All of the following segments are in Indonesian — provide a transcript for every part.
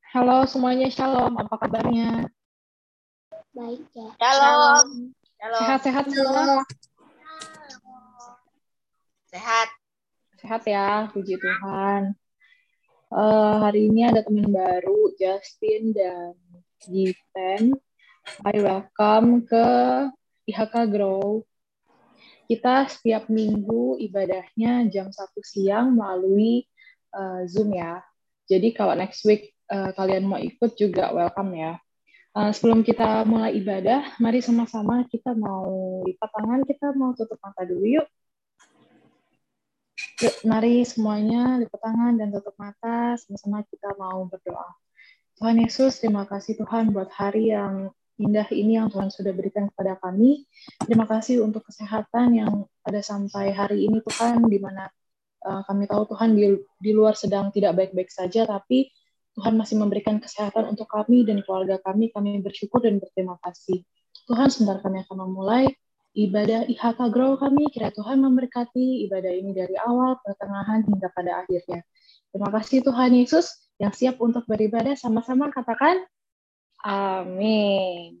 Halo semuanya, Shalom. Apa kabarnya? Baik ya. Shalom. Shalom. Sehat-sehat semua? Sehat. Sehat ya, puji Tuhan. Hari ini ada teman baru, Justin dan Given. I welcome ke IHK Grow. Kita setiap minggu ibadahnya jam 1 siang melalui Zoom ya. Jadi kalau next week kalian mau ikut juga welcome ya. Sebelum kita mulai ibadah, mari sama-sama kita mau lipat tangan, kita mau tutup mata dulu yuk. Yuk, mari semuanya lipat tangan dan tutup mata, sama-sama kita mau berdoa. Tuhan Yesus, terima kasih Tuhan buat hari yang indah ini yang Tuhan sudah berikan kepada kami. Terima kasih untuk kesehatan yang ada sampai hari ini Tuhan, di mana kami tahu Tuhan di luar sedang tidak baik-baik saja, tapi Tuhan masih memberikan kesehatan untuk kami dan keluarga kami. Kami bersyukur dan berterima kasih. Tuhan, sebentar kami akan memulai ibadah IHK Grow kami. Kiranya Tuhan memberkati ibadah ini dari awal, pertengahan, hingga pada akhirnya. Terima kasih Tuhan Yesus yang siap untuk beribadah. Sama-sama katakan, amin.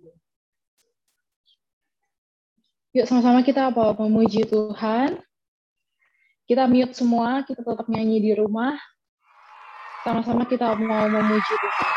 Yuk sama-sama kita memuji Tuhan. Kita mute semua, kita tetap nyanyi di rumah. Sama-sama kita mau memuji Tuhan.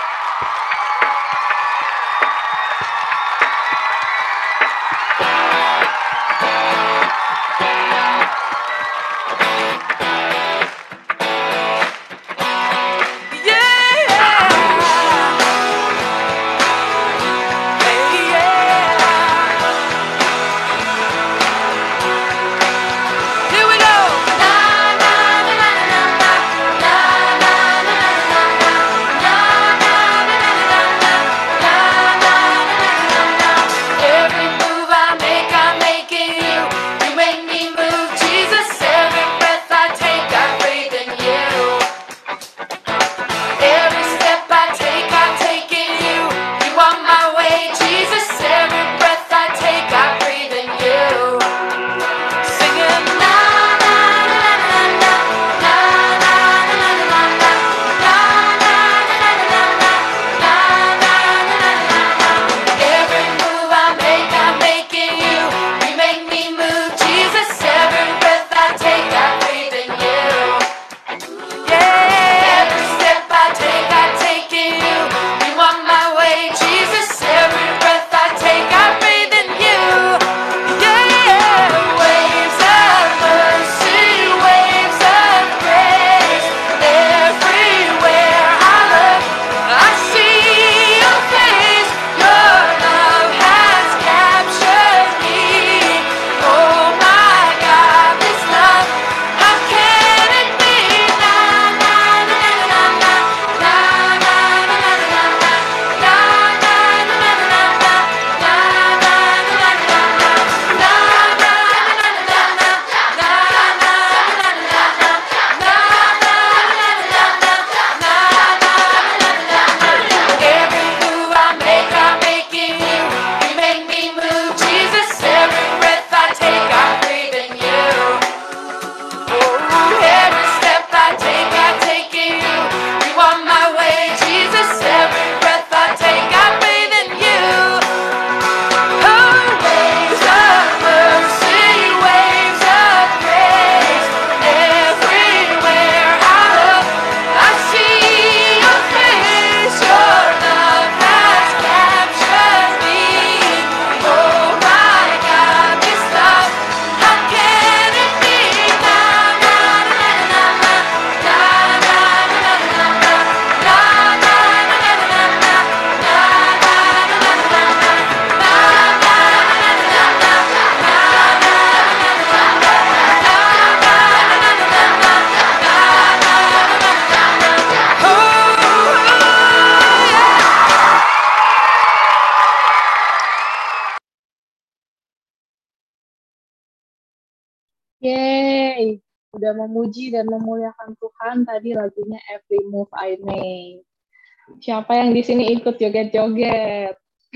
Yeay, udah memuji dan memuliakan Tuhan. Tadi lagunya Every Move I Make. Siapa yang di sini ikut joget-joget?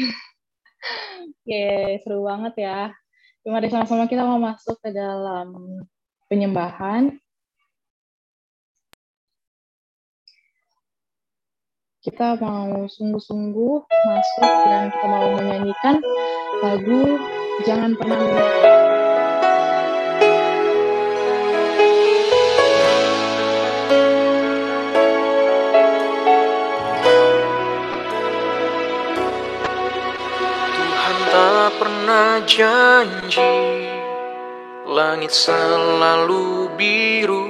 Yeay, seru banget ya. Mari sama-sama kita mau masuk ke dalam penyembahan. Kita mau sungguh-sungguh masuk dan kita mau menyanyikan lagu Jangan Pernah Menyerah. Tuhan tak pernah janji langit selalu biru,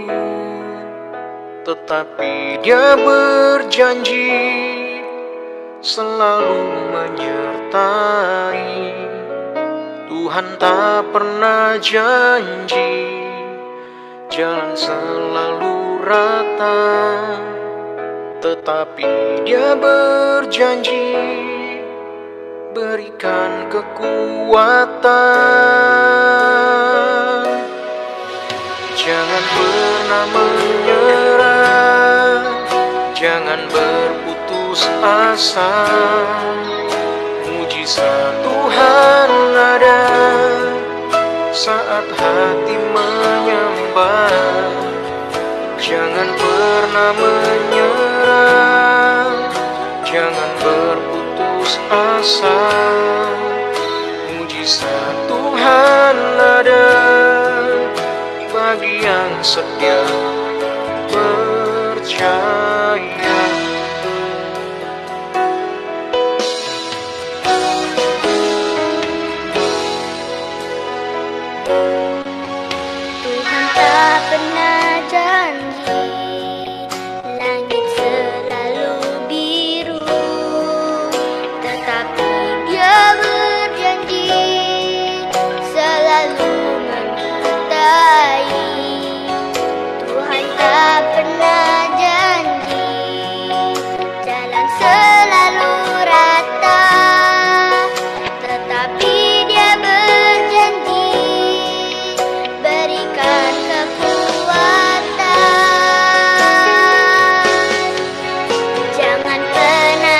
tetapi Dia berjanji selalu menyertai. Tuhan tak pernah janji jalan selalu rata, tetapi Dia berjanji berikan kekuatan. Jangan pernah menyerah, jangan berputus asa. Mujizat Tuhan ada saat hati menyembah. Jangan pernah menyerah, jangan berputus asa. Mujizat Tuhan ada bagi yang setia percaya. Tuhan tak pernah janji langit selalu biru, tetapi Dia berjanji selalu menyertai. Tuhan tak pernah janji jalan selalu rata, tetapi Dia berjanji berikan kekuatan. Jangan pernah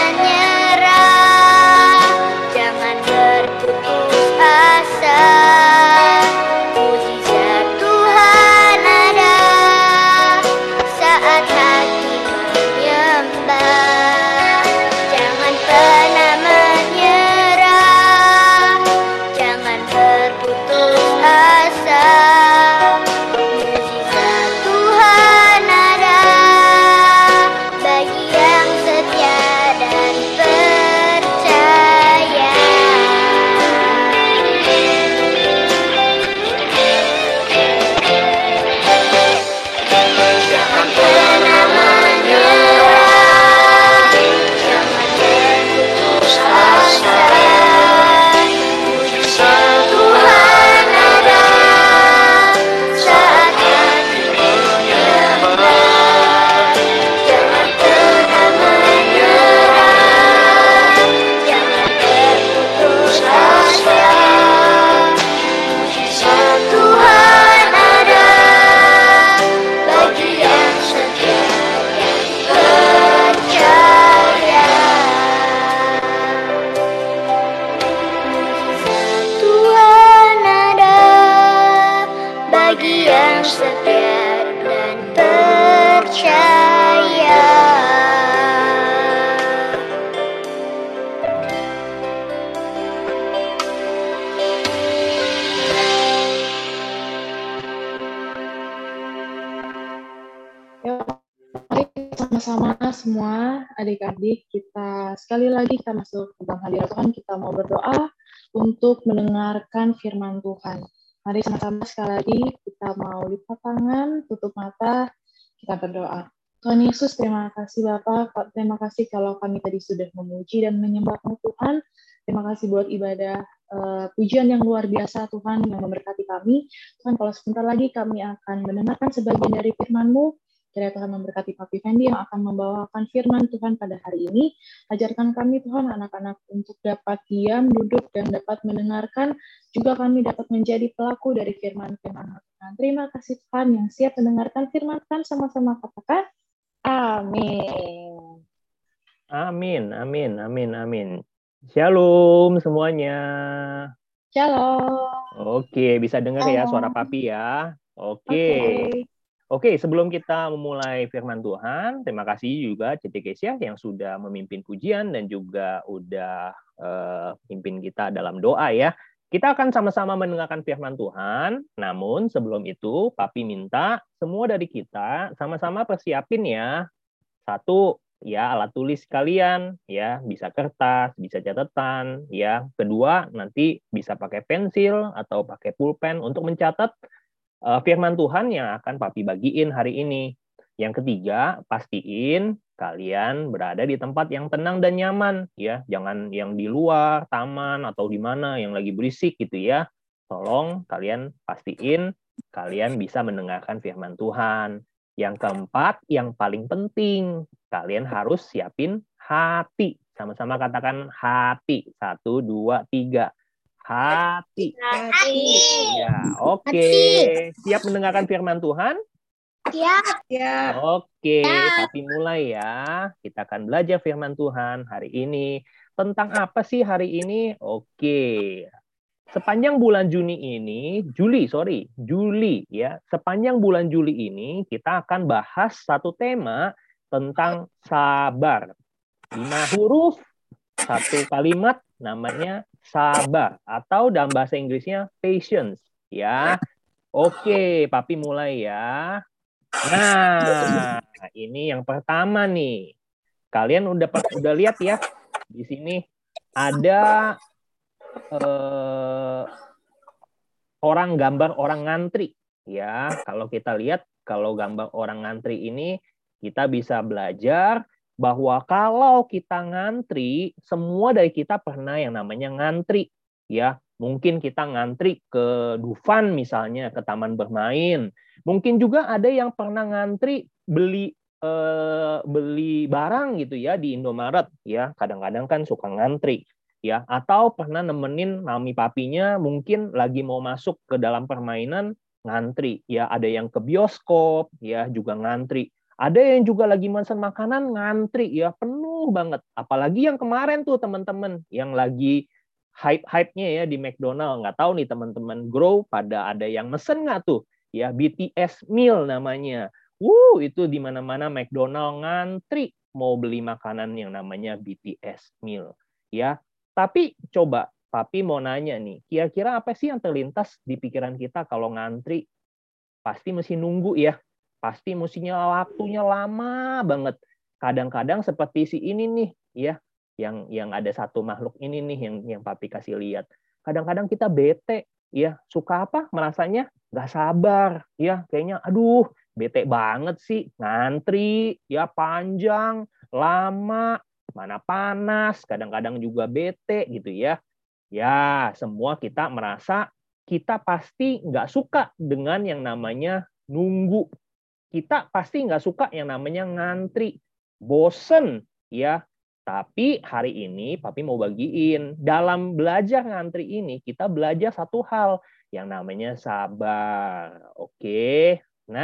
menyerah, jangan berputus asa. Mujizat Tuhan ada saat hati menyembah. Jangan pernah menyerah, jangan berputus asa. Mujizat Tuhan ada bagi yang setia dan percaya. Jangan pernah menyerah, jangan berputus asa. Mujizat Tuhan ada saat hati menyembah. Jangan pernah menyerah, jangan berputus asa. Mujizat Tuhan ada bagi yang setia dan percaya. Mujizat Tuhan ada bagi yang setia dan percaya. Yuk, mari sama-sama semua adik-adik kita sekali lagi kita masuk ke dalam hadirat Tuhan. Kita mau berdoa untuk mendengarkan firman Tuhan. Mari sama-sama sekali lagi kita mau lipat tangan, tutup mata, kita berdoa. Tuhan Yesus, terima kasih Bapak. Terima kasih kalau kami tadi sudah memuji dan menyembah-Mu Tuhan. Terima kasih buat ibadah pujian yang luar biasa Tuhan yang memberkati kami. Tuhan, kalau sebentar lagi kami akan mendengarkan sebagian dari firman-Mu. Kiranya Tuhan memberkati Papi Fendi yang akan membawakan firman Tuhan pada hari ini. Ajarkan kami Tuhan anak-anak untuk dapat diam, duduk, dan dapat mendengarkan. Juga kami dapat menjadi pelaku dari firman-firman Tuhan. Terima kasih Tuhan yang siap mendengarkan firman Tuhan. Sama-sama katakan amin. Amin, amin, amin, amin. Shalom semuanya. Shalom. Oke, bisa dengar ya Shalom. suara Papi ya. Oke. Oke. Oke, sebelum kita memulai firman Tuhan, terima kasih juga Citi Kesia yang sudah memimpin pujian dan juga udah pimpin kita dalam doa ya. Kita akan sama-sama mendengarkan firman Tuhan, namun sebelum itu Papi minta semua dari kita sama-sama persiapin ya. Satu, ya alat tulis kalian, ya bisa kertas, bisa catatan, ya. Kedua, nanti bisa pakai pensil atau pakai pulpen untuk mencatat firman Tuhan yang akan Papi bagiin hari ini. Yang ketiga, pastiin kalian berada di tempat yang tenang dan nyaman, ya. Jangan yang di luar, taman, atau di mana yang lagi berisik gitu ya. Tolong kalian pastiin kalian bisa mendengarkan firman Tuhan. Yang keempat, yang paling penting, kalian harus siapin hati. Sama-sama katakan hati. 1, 2, 3. Hati. Ya, oke. Siap mendengarkan firman Tuhan? Siap. Oke, tapi mulai ya. Kita akan belajar firman Tuhan hari ini. Tentang apa sih hari ini? Oke. Sepanjang bulan Juli ya. Sepanjang bulan Juli ini kita akan bahas satu tema tentang sabar. 5 huruf, 1 kalimat namanya sabar atau dalam bahasa Inggrisnya patience ya. Oke, Papi mulai ya. Nah, ini yang pertama nih. Kalian udah lihat ya di sini ada gambar orang ngantri ya. Kalau kita lihat kalau gambar orang ngantri ini kita bisa belajar bahwa kalau kita ngantri, semua dari kita pernah yang namanya ngantri ya. Mungkin kita ngantri ke Dufan misalnya, ke taman bermain. Mungkin juga ada yang pernah ngantri beli barang gitu ya di Indomaret ya. Kadang-kadang kan suka ngantri ya, atau pernah nemenin mami papinya mungkin lagi mau masuk ke dalam permainan ngantri ya. Ada yang ke bioskop ya juga ngantri. Ada yang juga lagi mesen makanan ngantri ya, penuh banget. Apalagi yang kemarin tuh teman-teman yang lagi hype-hype-nya ya di McDonald. Nggak tahu nih teman-teman Grow pada ada yang mesen nggak tuh? Ya, BTS meal namanya. Itu di mana-mana McDonald ngantri mau beli makanan yang namanya BTS meal. Ya, tapi coba Papi mau nanya nih, kira-kira apa sih yang terlintas di pikiran kita kalau ngantri? Pasti mesti nunggu ya. Pasti mestinya waktunya lama banget. Kadang-kadang seperti si ini nih, ya, yang ada satu makhluk ini nih yang Papi kasih lihat. Kadang-kadang kita bete, ya, suka apa? Merasanya nggak sabar, ya, kayaknya, aduh, bete banget sih, ngantri, ya, panjang, lama, mana panas, kadang-kadang juga bete gitu ya. Ya, semua kita merasa kita pasti nggak suka dengan yang namanya nunggu. Kita pasti nggak suka yang namanya ngantri, bosen ya. Tapi hari ini Papi mau bagiin, dalam belajar ngantri ini kita belajar satu hal yang namanya sabar. Oke,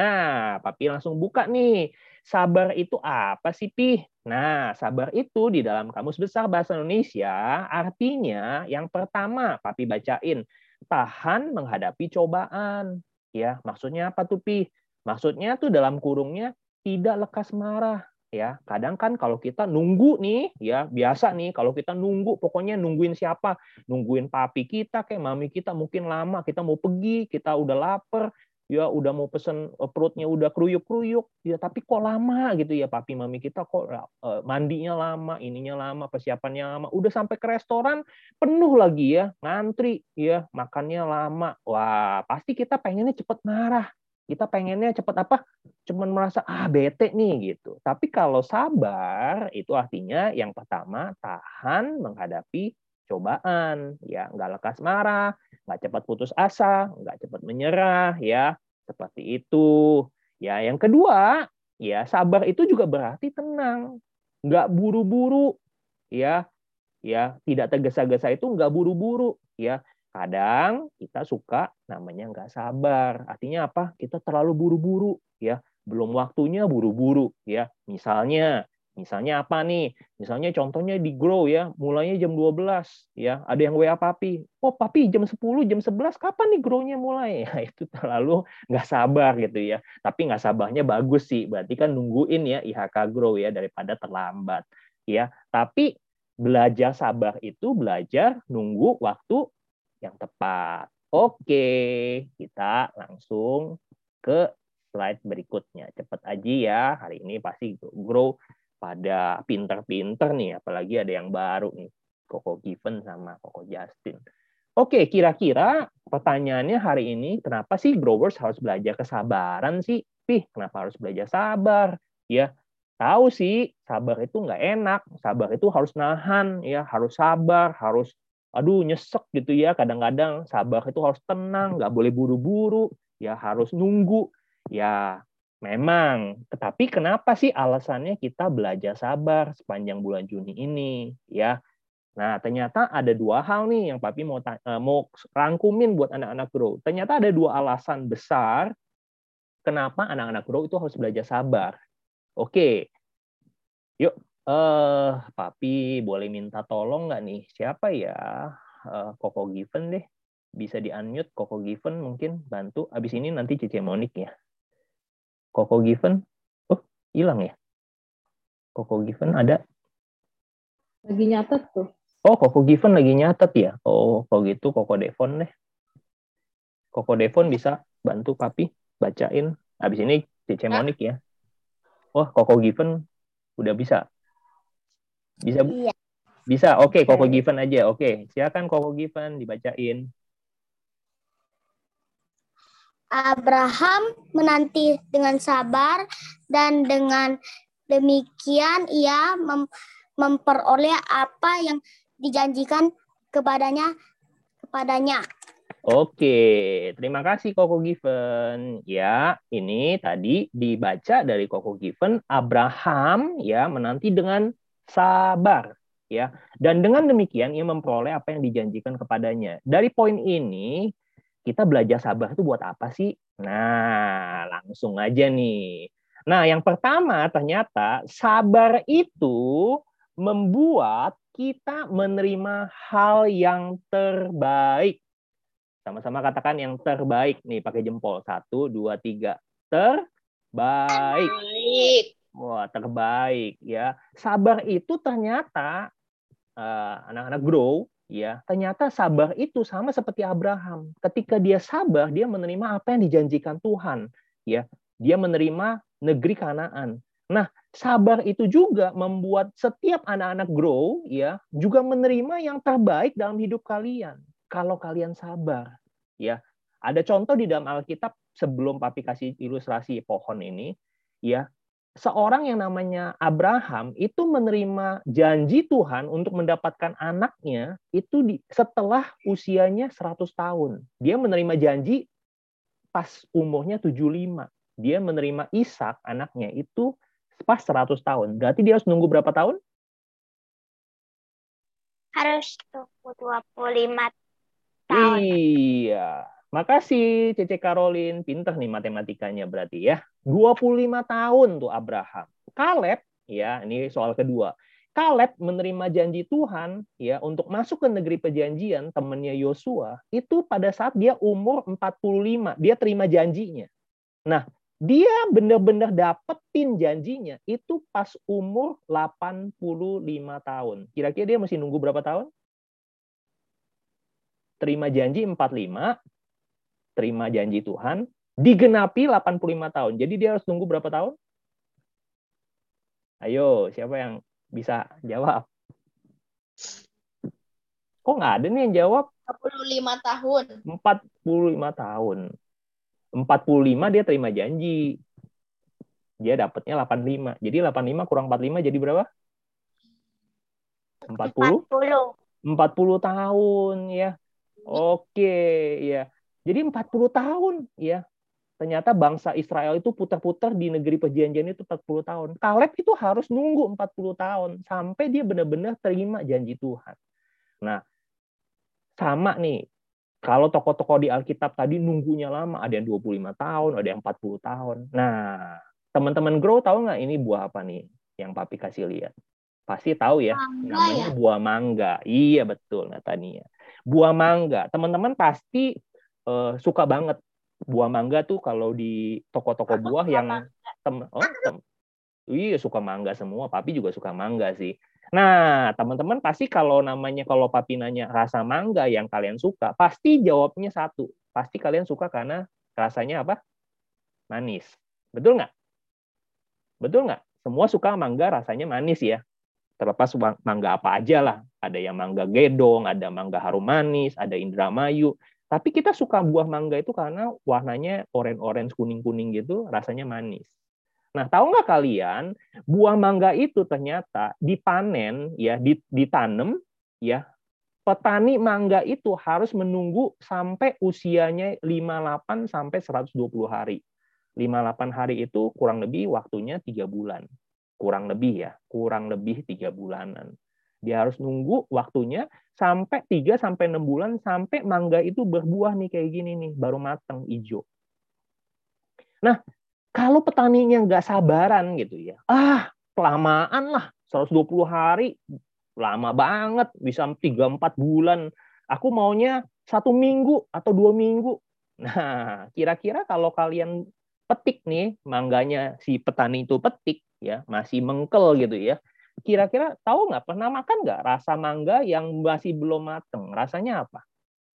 nah Papi langsung buka nih. Sabar itu apa sih, Pi? Nah, sabar itu di dalam Kamus Besar Bahasa Indonesia artinya yang pertama Papi bacain, tahan menghadapi cobaan. Ya, maksudnya apa tuh, Pi? Maksudnya tuh dalam kurungnya tidak lekas marah ya. Kadang kan kalau kita nunggu nih ya, biasa nih kalau kita nunggu pokoknya nungguin siapa? Nungguin papi kita kayak mami kita mungkin lama, kita mau pergi, kita udah lapar, ya udah mau pesen perutnya udah kruyuk-kruyuk ya, tapi kok lama gitu ya papi mami kita kok mandinya lama, ininya lama, persiapannya lama, udah sampai ke restoran penuh lagi ya, ngantri ya, makannya lama. Wah, pasti kita pengennya cepet marah. Kita pengennya cepet apa? Cuman merasa bete nih gitu. Tapi kalau sabar itu artinya yang pertama tahan menghadapi cobaan, ya nggak lekas marah, nggak cepat putus asa, nggak cepat menyerah, ya seperti itu. Ya yang kedua, ya sabar itu juga berarti tenang, nggak buru-buru, ya tidak tergesa-gesa itu nggak buru-buru, ya. Kadang kita suka namanya nggak sabar. Artinya apa? Kita terlalu buru-buru, ya. Belum waktunya buru-buru, ya. Misalnya Misalnya apa nih? Misalnya contohnya di Grow ya, mulainya jam 12 ya. Ada yang WA Papi, "Oh, Papi jam 10, jam 11 kapan nih Grow-nya mulai?" Ya, itu terlalu nggak sabar gitu ya. Tapi nggak sabarnya bagus sih. Berarti kan nungguin ya IHK Grow ya daripada terlambat ya. Tapi belajar sabar itu belajar nunggu waktu yang tepat. Oke, kita langsung ke slide berikutnya. Cepat aja ya. Hari ini pasti Grow pada pinter-pinter nih, apalagi ada yang baru nih, Koko Given sama Koko Justin. Oke, kira-kira pertanyaannya hari ini, kenapa sih growers harus belajar kesabaran sih? Kenapa harus belajar sabar? Ya, tahu sih, sabar itu nggak enak, sabar itu harus nahan, ya, harus sabar, harus, nyesek gitu ya. Kadang-kadang sabar itu harus tenang, nggak boleh buru-buru, ya harus nunggu, ya. Memang, tetapi kenapa sih alasannya kita belajar sabar sepanjang bulan Juni ini, ya? Nah, ternyata ada dua hal nih yang Papi mau rangkumin buat anak-anak Grow. Ternyata ada dua alasan besar kenapa anak-anak Grow itu harus belajar sabar. Oke, yuk, Papi boleh minta tolong nggak nih? Siapa ya? Koko Given deh, bisa di-unmute Koko Given mungkin bantu. Abis ini nanti Cici Monik ya. Koko Given, hilang ya? Koko Given ada? Lagi nyatet tuh. Oh, Koko Given lagi nyatet ya? Oh, kalau gitu Koko Devon deh. Koko Devon bisa bantu Papi bacain. Habis ini Cici Monik ya. Wah, Koko Given udah bisa. Bisa, Bu? Iya. Bisa, oke, Koko Given aja. Oke, silakan Koko Given dibacain. Abraham menanti dengan sabar dan dengan demikian ia memperoleh apa yang dijanjikan kepadanya. Oke, terima kasih Koko Given. Ya, ini tadi dibaca dari Koko Given, Abraham ya menanti dengan sabar ya. Dan dengan demikian ia memperoleh apa yang dijanjikan kepadanya. Dari poin ini kita belajar sabar itu buat apa sih? Nah, langsung aja nih. Nah, yang pertama ternyata sabar itu membuat kita menerima hal yang terbaik. Sama-sama katakan yang terbaik nih, pakai jempol. 1, 2, 3. Terbaik. Wah, terbaik ya. Sabar itu ternyata anak-anak Grow ya, ternyata sabar itu sama seperti Abraham. Ketika dia sabar, dia menerima apa yang dijanjikan Tuhan, ya. Dia menerima negeri Kanaan. Nah, sabar itu juga membuat setiap anak-anak Grow ya juga menerima yang terbaik dalam hidup kalian. Kalau kalian sabar, ya. Ada contoh di dalam Alkitab sebelum Papi kasih ilustrasi pohon ini, ya. Seorang yang namanya Abraham itu menerima janji Tuhan untuk mendapatkan anaknya itu setelah usianya 100 tahun. Dia menerima janji pas umurnya 75. Dia menerima Ishak anaknya itu pas 100 tahun. Berarti dia harus nunggu berapa tahun? Harus tunggu 25 tahun. Iya. Makasih Cece Caroline, pinter nih matematikanya berarti ya. 25 tahun tuh Abraham. Kaleb, ya ini soal kedua. Kaleb menerima janji Tuhan ya untuk masuk ke negeri perjanjian temannya Yosua itu pada saat dia umur 45. Dia terima janjinya. Nah, dia benar-benar dapetin janjinya itu pas umur 85 tahun. Kira-kira dia mesti nunggu berapa tahun? Terima janji 45, terima janji Tuhan, digenapi 85 tahun. Jadi dia harus nunggu berapa tahun? Ayo, siapa yang bisa jawab? Kok nggak ada nih yang jawab? 45 tahun. 45 tahun. 45 dia terima janji. Dia dapatnya 85. Jadi 85 kurang 45 jadi berapa? 40? 40 tahun ya. Oke, ya. Jadi 40 tahun ya. Ternyata bangsa Israel itu putar-putar di negeri perjanjian itu 40 tahun. Kaleb itu harus nunggu 40 tahun sampai dia benar-benar terima janji Tuhan. Nah, sama nih. Kalau tokoh-tokoh di Alkitab tadi nunggunya lama, ada yang 25 tahun, ada yang 40 tahun. Nah, teman-teman Grow tahu nggak ini buah apa nih Yang Papi kasih lihat? Pasti tahu ya, Mangga namanya ya? buah mangga. Iya betul, Natania. Buah mangga. Teman-teman pasti suka banget buah mangga tuh kalau di toko-toko buah yang iya suka mangga semua. Papi juga suka mangga sih. Nah, teman-teman pasti kalau Papi nanya rasa mangga yang kalian suka, pasti jawabnya satu. Pasti kalian suka karena rasanya apa? Manis. Betul nggak? Betul nggak? Semua suka mangga rasanya manis ya. Terlepas mangga apa aja lah. Ada yang mangga gedong, ada mangga harum manis, ada Indramayu. Tapi kita suka buah mangga itu karena warnanya orange-orange, kuning-kuning gitu, rasanya manis. Nah, tahu nggak kalian, buah mangga itu ternyata dipanen, ya, ditanam, ya, petani mangga itu harus menunggu sampai usianya 58 sampai 120 hari. 58 hari itu kurang lebih waktunya 3 bulan. Kurang lebih ya, kurang lebih 3 bulanan. Dia harus nunggu waktunya sampai 3 sampai 6 bulan sampai mangga itu berbuah nih kayak gini nih, baru matang hijau. Nah, kalau petaninya nggak sabaran gitu ya, kelamaan lah, 120 hari, lama banget, bisa 3-4 bulan. Aku maunya 1 minggu atau 2 minggu. Nah, kira-kira kalau kalian petik nih, mangganya si petani itu petik, ya masih mengkel gitu ya. Kira-kira tahu nggak, pernah makan nggak rasa mangga yang masih belum mateng? Rasanya apa?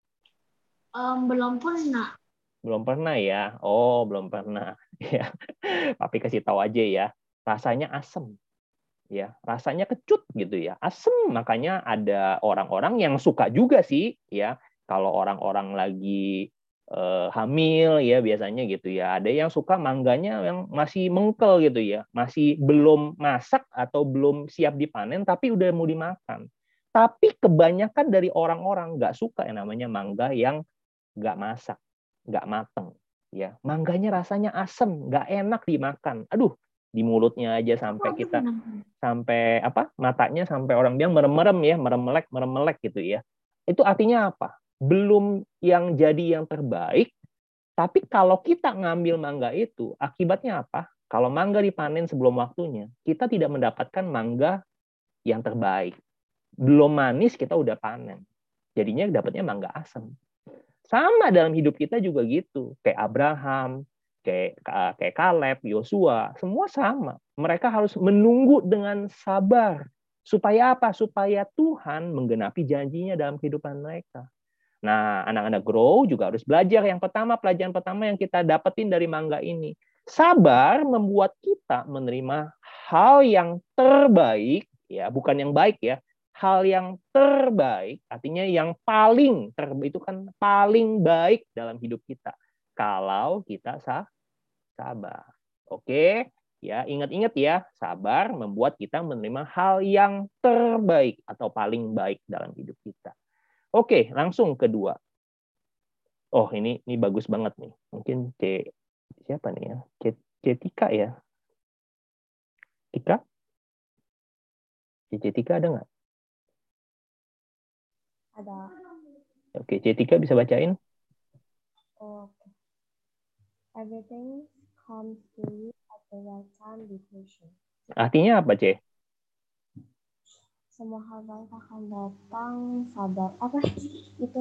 Belum pernah. Belum pernah ya? Oh, belum pernah. Ya, tapi kasih tahu aja ya. Rasanya asem. Ya, rasanya kecut gitu ya. Asem, makanya ada orang-orang yang suka juga sih ya. Kalau orang-orang lagi hamil ya biasanya gitu ya. Ada yang suka mangganya yang masih mengkel gitu ya. Masih belum masak atau belum siap dipanen tapi udah mau dimakan. Tapi kebanyakan dari orang-orang nggak suka yang namanya mangga yang nggak masak, nggak mateng. Ya, mangganya rasanya asem, nggak enak dimakan. Aduh, di mulutnya aja sampai apa? Matanya sampai orang bilang merem-merem ya, meremelek gitu ya. Itu artinya apa? Belum yang jadi yang terbaik, tapi kalau kita ngambil mangga itu, akibatnya apa? Kalau mangga dipanen sebelum waktunya, kita tidak mendapatkan mangga yang terbaik. Belum manis kita udah panen. Jadinya dapatnya mangga asam. Sama dalam hidup kita juga gitu. Kayak Abraham, kayak Kaleb, Yosua, semua sama. Mereka harus menunggu dengan sabar. Supaya apa? Supaya Tuhan menggenapi janjinya dalam kehidupan mereka. Nah, anak-anak grow juga harus belajar. Pelajaran pertama yang kita dapetin dari mangga ini. Sabar membuat kita menerima hal yang terbaik, ya, bukan yang baik ya. Hal yang terbaik, artinya yang paling terbaik itu kan paling baik dalam hidup kita. Kalau kita sabar. Oke, ya ingat-ingat ya, sabar membuat kita menerima hal yang terbaik atau paling baik dalam hidup kita. Oke, langsung kedua. Oh, ini bagus banget nih. Mungkin siapa nih ya? Tika ya? Tika? Tika ada nggak? Ada. Oke, Tika bisa bacain? Okay. Everything comes to you at the right time, be patient. Artinya apa, C? Semua hal baik akan datang, sabar. Apa itu?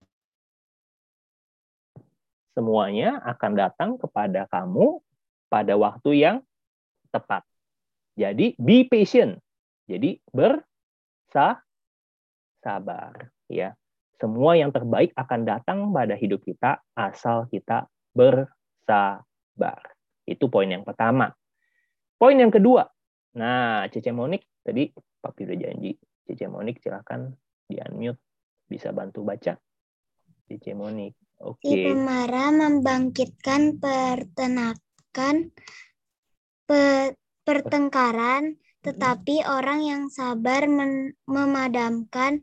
Semuanya akan datang kepada kamu pada waktu yang tepat. Jadi, be patient. Jadi, bersabar. Ya, semua yang terbaik akan datang pada hidup kita asal kita bersabar. Itu poin yang pertama. Poin yang kedua. Nah, Cece Monik tadi Papi udah janji. Cece Monik silakan di-unmute, bisa bantu baca. Cece Monik. Oke. Si pemarah membangkitkan pertengkaran, tetapi orang yang sabar memadamkan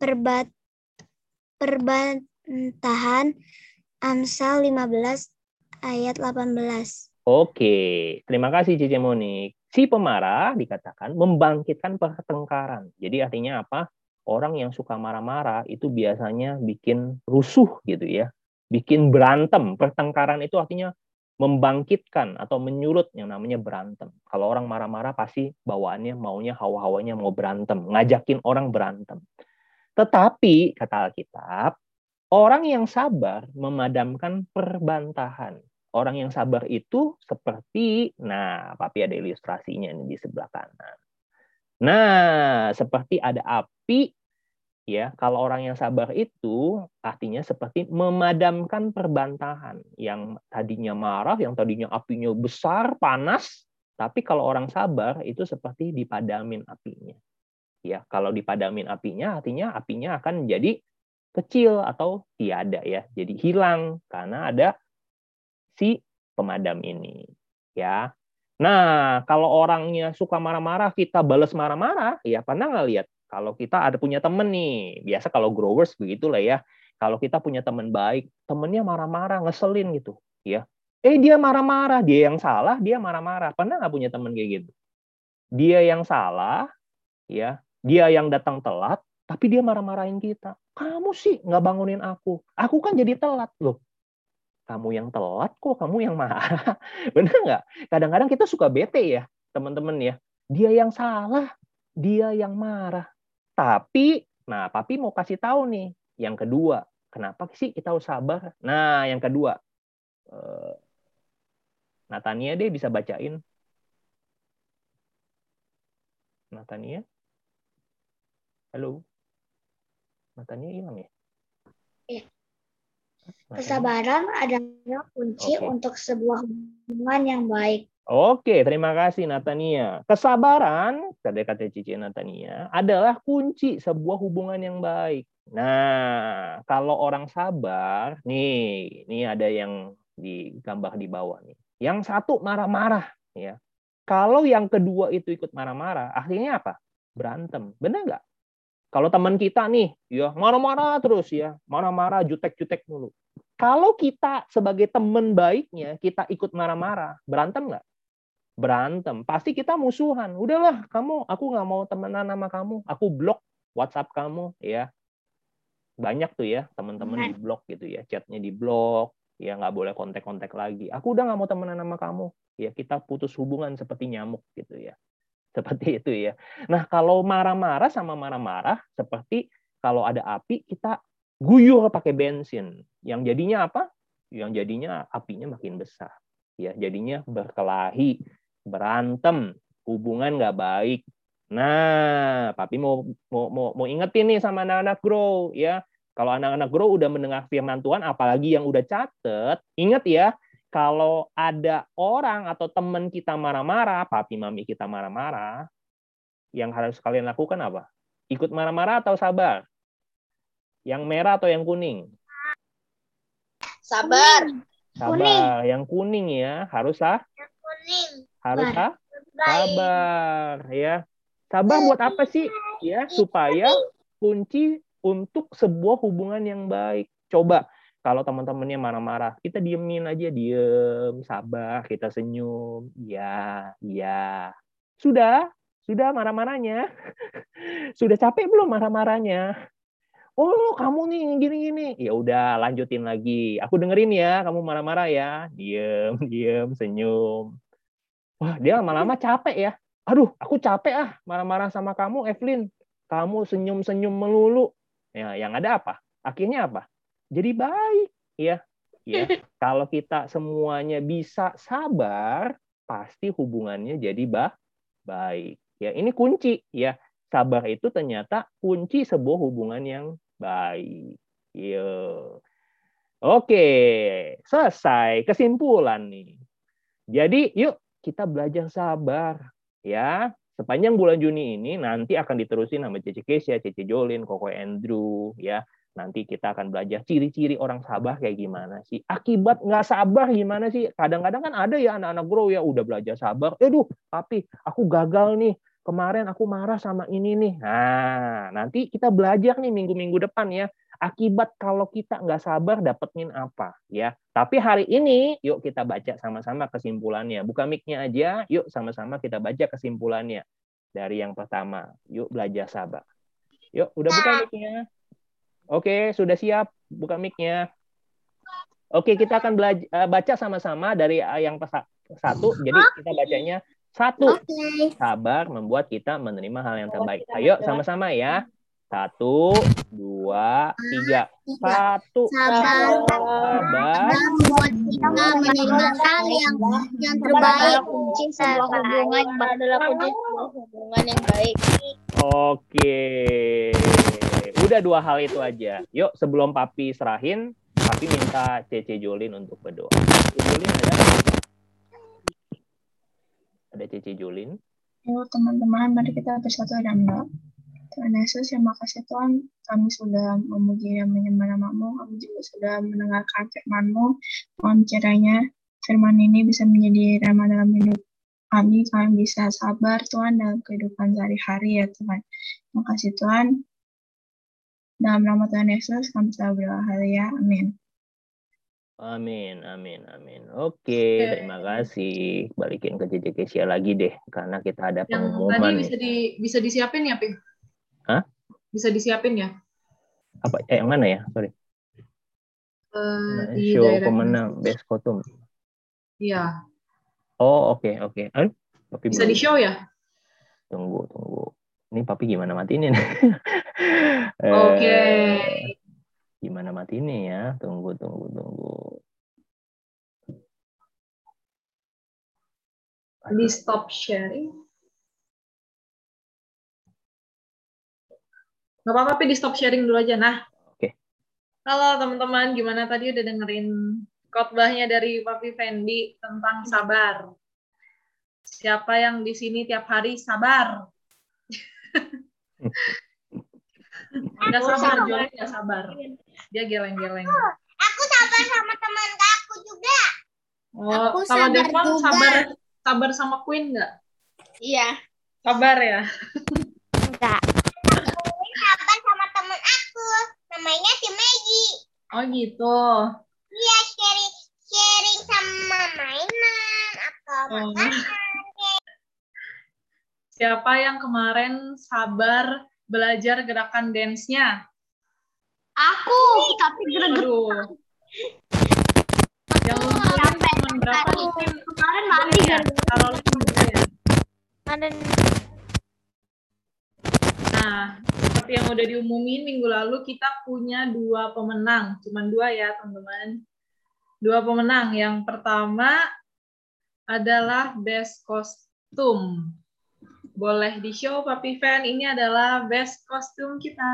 perbantahan. Amsal 15 ayat 18. Oke, terima kasih Cici Monik. Si pemarah dikatakan membangkitkan pertengkaran. Jadi artinya apa? Orang yang suka marah-marah itu biasanya bikin rusuh gitu ya. Bikin berantem. Pertengkaran itu artinya membangkitkan atau menyulut yang namanya berantem. Kalau orang marah-marah pasti bawaannya maunya hawa-hawanya mau berantem, ngajakin orang berantem. Tetapi kata Alkitab, orang yang sabar memadamkan perbantahan. Orang yang sabar itu seperti, nah, Papi ada ilustrasinya nih di sebelah kanan. Nah, seperti ada api, ya. Kalau orang yang sabar itu artinya seperti memadamkan perbantahan. Yang tadinya marah, yang tadinya apinya besar, panas, tapi kalau orang sabar itu seperti dipadamin apinya. Ya, kalau dipadamin apinya, artinya apinya akan jadi kecil atau tiada ya. Jadi hilang karena ada si pemadam ini, ya. Nah, kalau orangnya suka marah-marah, kita balas marah-marah, ya pernah nggak lihat? Kalau kita ada punya temen nih, biasa kalau growers begitulah ya. Kalau kita punya teman baik, temennya marah-marah, ngeselin gitu, ya. Dia marah-marah, dia yang salah, dia marah-marah. Pernah nggak punya teman kayak gitu? Dia yang salah, ya. Dia yang datang telat, tapi dia marah-marahin kita. Kamu sih nggak bangunin aku. Aku kan jadi telat loh. Kamu yang telat kok kamu yang marah. Bener nggak? Kadang-kadang kita suka bete ya, teman-teman ya. Dia yang salah, dia yang marah. Tapi, nah, Papi mau kasih tahu nih, yang kedua. Kenapa sih kita harus sabar? Nah, yang kedua. Natania deh bisa bacain. Natania? Halo? Natania hilang ya? Iya. Kesabaran adalah kunci untuk sebuah hubungan yang baik. Oke, terima kasih Natania. Kesabaran, kata Cici Natania, adalah kunci sebuah hubungan yang baik. Nah, kalau orang sabar, nih, ini ada yang digambar di bawah nih. Yang satu marah-marah, ya. Kalau yang kedua itu ikut marah-marah, akhirnya apa? Berantem. Benar nggak? Kalau teman kita nih, ya marah-marah terus ya, marah-marah, jutek-jutek mulu. Kalau kita sebagai teman baiknya, kita ikut marah-marah, berantem nggak? Berantem. Pasti kita musuhan. Udahlah, aku nggak mau temenan sama kamu. Aku blok WhatsApp kamu, ya. Banyak tuh ya, teman-teman di blok gitu ya, chatnya di blok, ya nggak boleh kontak-kontak lagi. Aku udah nggak mau temenan sama kamu. Ya kita putus hubungan seperti nyamuk gitu ya. Seperti itu ya. Nah, kalau marah-marah sama marah-marah, seperti kalau ada api, kita guyur pakai bensin. Yang jadinya apa? Yang jadinya apinya makin besar. Ya, jadinya berkelahi, berantem, hubungan nggak baik. Nah, Papi mau ingetin nih sama anak-anak grow ya. Kalau anak-anak grow udah mendengar firman Tuhan, apalagi yang udah catet, ingat ya, kalau ada orang atau teman kita marah-marah, papi mami kita marah-marah, yang harus kalian lakukan apa? Ikut marah-marah atau sabar? Yang merah atau yang kuning? Sabar. Sabar. Yang kuning ya, haruslah. Yang kuning. Haruslah sabar ya. Sabar buat apa sih? Ya, supaya kunci untuk sebuah hubungan yang baik. Coba kalau teman-temannya marah-marah, kita diemin aja, diem, sabar, kita senyum. Ya. Sudah marah-marahnya. Sudah capek belum marah-marahnya? Oh, kamu nih gini-gini. Ya udah, lanjutin lagi. Aku dengerin ya, kamu marah-marah ya. Diem, senyum. Wah, dia lama-lama capek ya. Aduh, aku capek marah-marah sama kamu, Evelyn. Kamu senyum-senyum melulu. Ya, yang ada apa? Akhirnya apa? Jadi baik, ya. Kalau kita semuanya bisa sabar, pasti hubungannya jadi baik. Ya, ini kunci ya. Sabar itu ternyata kunci sebuah hubungan yang baik. Oke, selesai. Kesimpulan nih. Jadi, yuk kita belajar sabar ya. Sepanjang bulan Juni ini nanti akan diterusin sama Cece Kesia, Cece Jolin, Koko Andrew ya. Nanti kita akan belajar ciri-ciri orang sabar kayak gimana sih. Akibat nggak sabar gimana sih. Kadang-kadang kan ada ya anak-anak grow ya udah belajar sabar. Tapi aku gagal nih. Kemarin aku marah sama ini nih. Nah, nanti kita belajar nih minggu-minggu depan ya. Akibat kalau kita nggak sabar dapetin apa ya. Tapi hari ini yuk kita baca sama-sama kesimpulannya. Buka mic-nya aja, yuk sama-sama kita baca kesimpulannya. Dari yang pertama, yuk belajar sabar. Yuk, udah buka mic-nya. Oke, sudah siap buka mic-nya. Oke, kita akan baca sama-sama dari yang satu. Jadi kita bacanya satu. Sabar membuat kita menerima hal yang terbaik. Ayo sama-sama ya. 1, 2, 3. 1. Sabar membuat kita menerima hal yang terbaik. Kunci sebuah hubungan adalah kunci sebuah hubungan yang baik. Oke. Udah 2 hal itu aja. Yuk, sebelum Papi serahin, Papi minta Cece Jolin untuk berdoa. Cece Jolin ada? Ada Cece Jolin? Yuk teman-teman, mari kita bersatu dan berdoa. Tuhan Yesus, terima kasih Tuhan, kami sudah memuji dan menyembah nama-Mu, kami juga sudah mendengarkan firman-Mu. Mohon kiranya firman ini bisa menjadi rema dalam hidup kami bisa sabar Tuhan dalam kehidupan sehari-hari ya Tuhan. Terima kasih Tuhan. Dalam nama Tuhan Yesus, kami selalu berdoa, haleluya, amin. Amin, amin, amin. Oke, terima kasih. Balikin ke JJ Kesia lagi deh, karena kita ada pengumuman. Yang tadi bisa disiapin ya, Ping? Hah? Bisa disiapin ya? Apa? Yang mana ya? Sorry. Show pemenang Best Costume. Iya. Oh, oke. Papi bisa di show ya? Tunggu. Ini Papi gimana matiin ini? Oke. Gimana matiin ya? Tunggu. Di stop sharing. Nggak apa-apa, Pi, di stop sharing dulu aja. Nah, oke. Halo teman-teman, gimana tadi udah dengerin khotbahnya dari Papi Fendi tentang sabar? Siapa yang di sini tiap hari sabar? Nggak sabar, Jolin nggak sabar. Dia geleng-geleng. Aku sabar sama teman aku juga. Oh, kalau Devon sabar sama Queen nggak? Iya. Sabar ya? Enggak. Aku sabar sama teman aku. Namanya si Maggie. Oh gitu. Iya, sharing sama mainan atau makanan. Siapa yang kemarin sabar belajar gerakan dance-nya? Aku, tapi Aduh. Yang ngumpulin teman berapa mungkin? kemarin mandi Ya, kalau juga ya. Nah, seperti yang udah diumumin minggu lalu, kita punya 2 pemenang. Cuman 2 ya, teman-teman. 2 pemenang. Yang pertama adalah Best Costume. Boleh di-show, Papi Fan. Ini adalah Best Costume kita.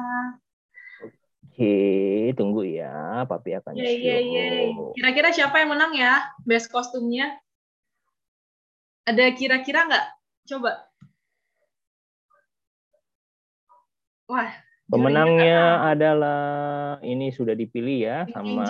Oke, tunggu ya. Papi akan show. Kira-kira siapa yang menang ya? Best kostumnya? Ada kira-kira nggak? Coba. Wah. Pemenangnya adalah ini sudah dipilih ya sama.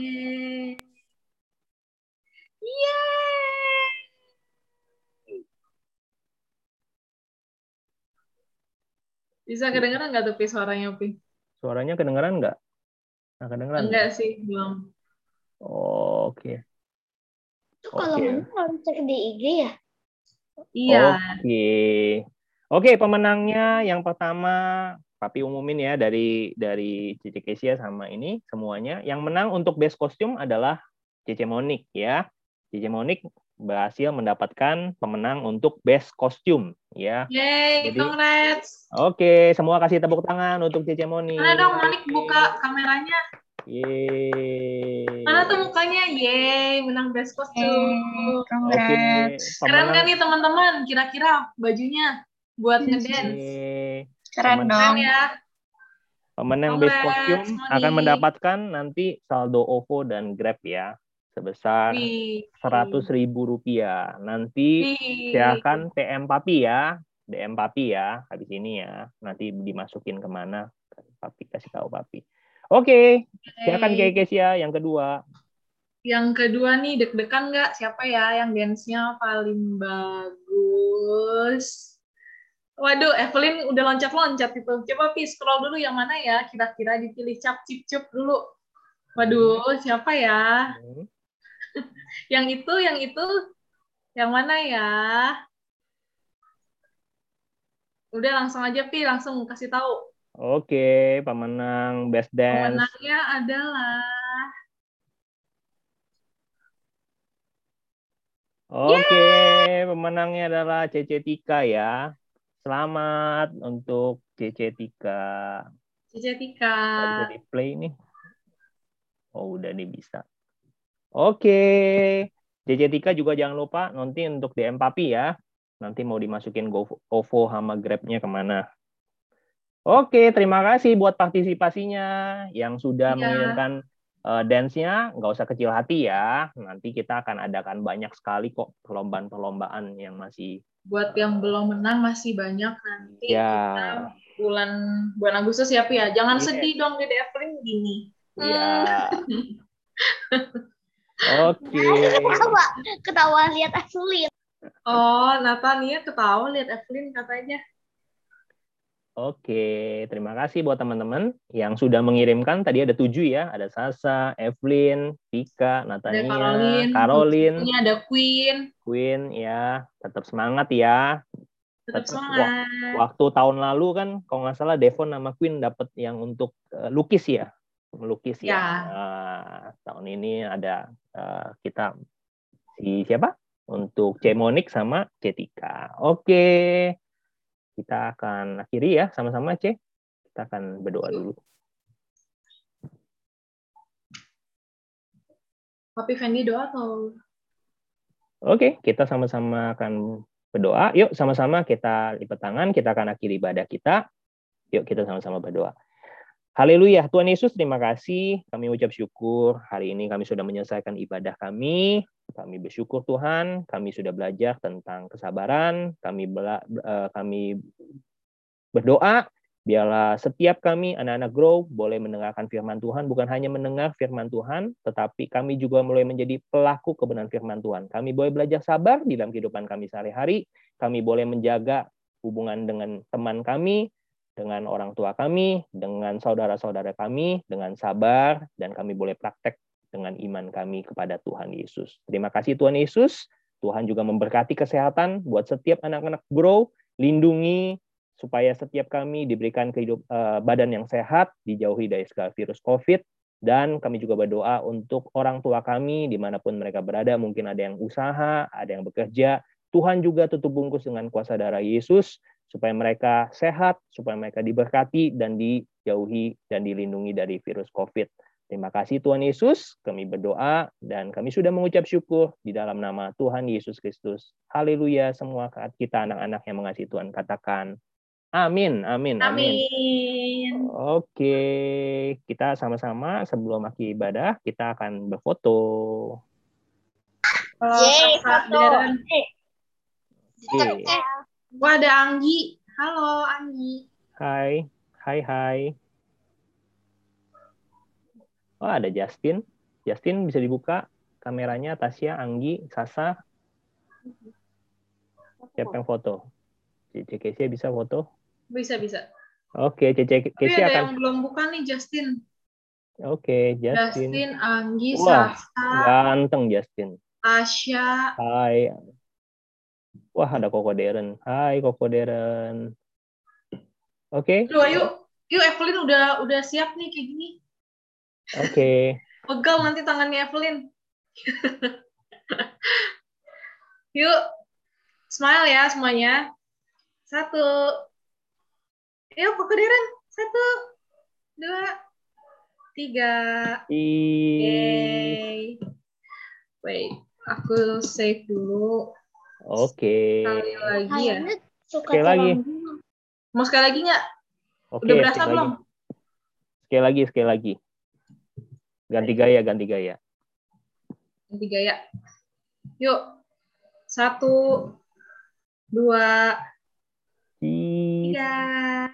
Bisa kedengeran nggak tuh Pi suaranya Pi? Suaranya kedengeran nggak? Nah, kedengeran enggak sih, belum. Oke. Itu kalau menang harus cek di IG ya? Iya. Oke, pemenangnya yang pertama Papi umumin ya dari Cece Kesia sama ini semuanya. Yang menang untuk best costume adalah Cece Monik ya. Cece Monik berhasil mendapatkan pemenang untuk best costume ya. Yeay, congrats. Oke, semua kasih tepuk tangan untuk Cece Monik. Mana dong Monik buka kameranya? Yeay. Mana tuh mukanya? Yeay, menang best costume. Congrats. Keren kan nih teman-teman? Kira-kira bajunya buat ngedance. Keren dong. Ya. Pemenang best costume akan mendapatkan nanti saldo OVO dan Grab ya sebesar Rp100.000. Nanti silahkan PM Papi ya, DM Papi ya habis ini ya. Nanti dimasukin kemana? Papi kasih tahu Papi. Oke, silakan Kesia yang kedua. Yang kedua nih deg-degan nggak? Siapa ya yang dance-nya paling bagus? Waduh, Evelyn udah loncat-loncat itu. Coba Pi scroll dulu yang mana ya? Kira-kira dipilih cap cip cup dulu. Waduh, siapa ya? Yang itu, yang mana ya? Udah langsung aja Pi, langsung kasih tahu. Oke, pemenang best dance. Pemenangnya adalah Oke, pemenangnya adalah Cece Tika ya. Selamat untuk Cece Tika. Cici Tika. Nggak bisa di-play nih. Oh, udah nih bisa. Oke. Cece Tika juga jangan lupa nanti untuk DM Papi ya. Nanti mau dimasukin OVO sama Grab-nya kemana. Oke, terima kasih buat partisipasinya yang sudah Iya. mengirimkan dance-nya. Nggak usah kecil hati ya. Nanti kita akan adakan banyak sekali kok perlombaan-perlombaan yang masih. Buat yang belum menang masih banyak nanti Ya. kita bulan Agustus ya, Pi ya. Jangan Yes. sedih dong, Dede Evelyn gini. Iya. Oke. Ketawa lihat Evelyn. Oh, Natania ketawa lihat Evelyn katanya. Oke, terima kasih buat teman-teman yang sudah mengirimkan. Tadi ada 7 ya. Ada Sasa, Evelyn, Tika, Ada Natania, Caroline, ini ada Queen. Queen ya. Tetap semangat ya. Tetap semangat. Waktu tahun lalu kan, kalau nggak salah Devon sama Queen dapat yang untuk lukis ya. Melukis ya. Nah, tahun ini ada kita siapa? Untuk Cemonik sama Cetika. Oke. Kita akan akhiri ya sama-sama, C. Kita akan berdoa dulu. Papi Fendi doa atau? Oke, kita sama-sama akan berdoa. Yuk, sama-sama kita lipat tangan. Kita akan akhiri ibadah kita. Yuk, kita sama-sama berdoa. Haleluya. Tuhan Yesus, terima kasih. Kami ucap syukur. Hari ini kami sudah menyelesaikan ibadah kami. Kami bersyukur Tuhan. Kami sudah belajar tentang kesabaran. Kami berdoa. Biarlah setiap kami, anak-anak Grow, boleh mendengarkan firman Tuhan. Bukan hanya mendengar firman Tuhan, tetapi kami juga mulai menjadi pelaku kebenaran firman Tuhan. Kami boleh belajar sabar di dalam kehidupan kami sehari-hari. Kami boleh menjaga hubungan dengan teman kami, dengan orang tua kami, dengan saudara-saudara kami, dengan sabar, dan kami boleh praktek dengan iman kami kepada Tuhan Yesus. Terima kasih Tuhan Yesus. Tuhan juga memberkati kesehatan buat setiap anak-anak Grow, lindungi supaya setiap kami diberikan badan yang sehat, dijauhi dari segala virus COVID, dan kami juga berdoa untuk orang tua kami, dimanapun mereka berada, mungkin ada yang usaha, ada yang bekerja, Tuhan juga tutup bungkus dengan kuasa darah Yesus, supaya mereka sehat, supaya mereka diberkati, dan dijauhi dan dilindungi dari virus COVID. Terima kasih Tuhan Yesus, kami berdoa, dan kami sudah mengucap syukur di dalam nama Tuhan Yesus Kristus. Haleluya, semua kita anak-anak yang mengasihi Tuhan, katakan amin, amin, amin. Amin. Oke, kita sama-sama sebelum akhir ibadah, kita akan berfoto. Yeay, foto. Oke. Wah, ada Anggi. Halo, Anggi. Hai, hai, hai. Oh, ada Justin. Justin bisa dibuka kameranya, Tasya, Anggi, Sasa. Siapa yang foto? Cece Kesia bisa foto? Bisa. Oke, Cece Tapi Kesia ada akan. yang belum buka nih, Justin. Oke, Justin. Justin, Anggi, Wah, Sasa, ganteng Justin. Tasya. Hai. Wah, ada Koko Deren. Hai, Koko Deren. Oke. Aduh, yuk Evelyn udah siap nih kayak gini. Oke. Pegal nanti tangannya Evelyn. Yuk, smile ya semuanya. 1. Yuk, Koko Deren. 1, 2, 3. Yay. Wait, aku save dulu. Oke. Sekali lagi ya. Sekali lagi. Mau sekali lagi nggak? Oke, Udah berasa sekali belum? lagi. Sekali lagi. Ganti gaya. Ganti gaya. Yuk. 1, 2, 3.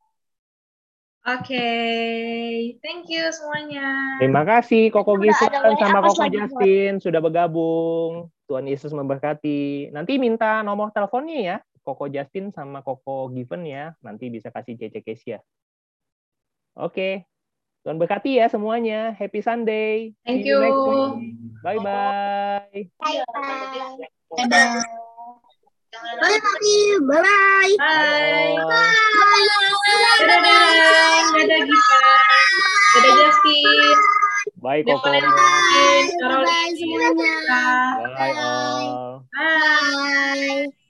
Oke. Thank you semuanya. Terima kasih Koko Udah Given ada sama WhatsApp Koko lagi, Justin sudah bergabung. Tuhan Yesus memberkati. Nanti minta nomor teleponnya ya, Koko Justin sama Koko Given ya. Nanti bisa kasih Cece Kesia. Oke. Tuhan berkati ya semuanya. Happy Sunday. Thank See you. next week. Bye-bye. Dadah. Bye, Papi. Bye. Bye. Halo. Dadah Deren. Dadah Giva. Dadah Justin. Bye Yang Koko. paling penting, Bye semuanya. Bye all. Bye. Bye.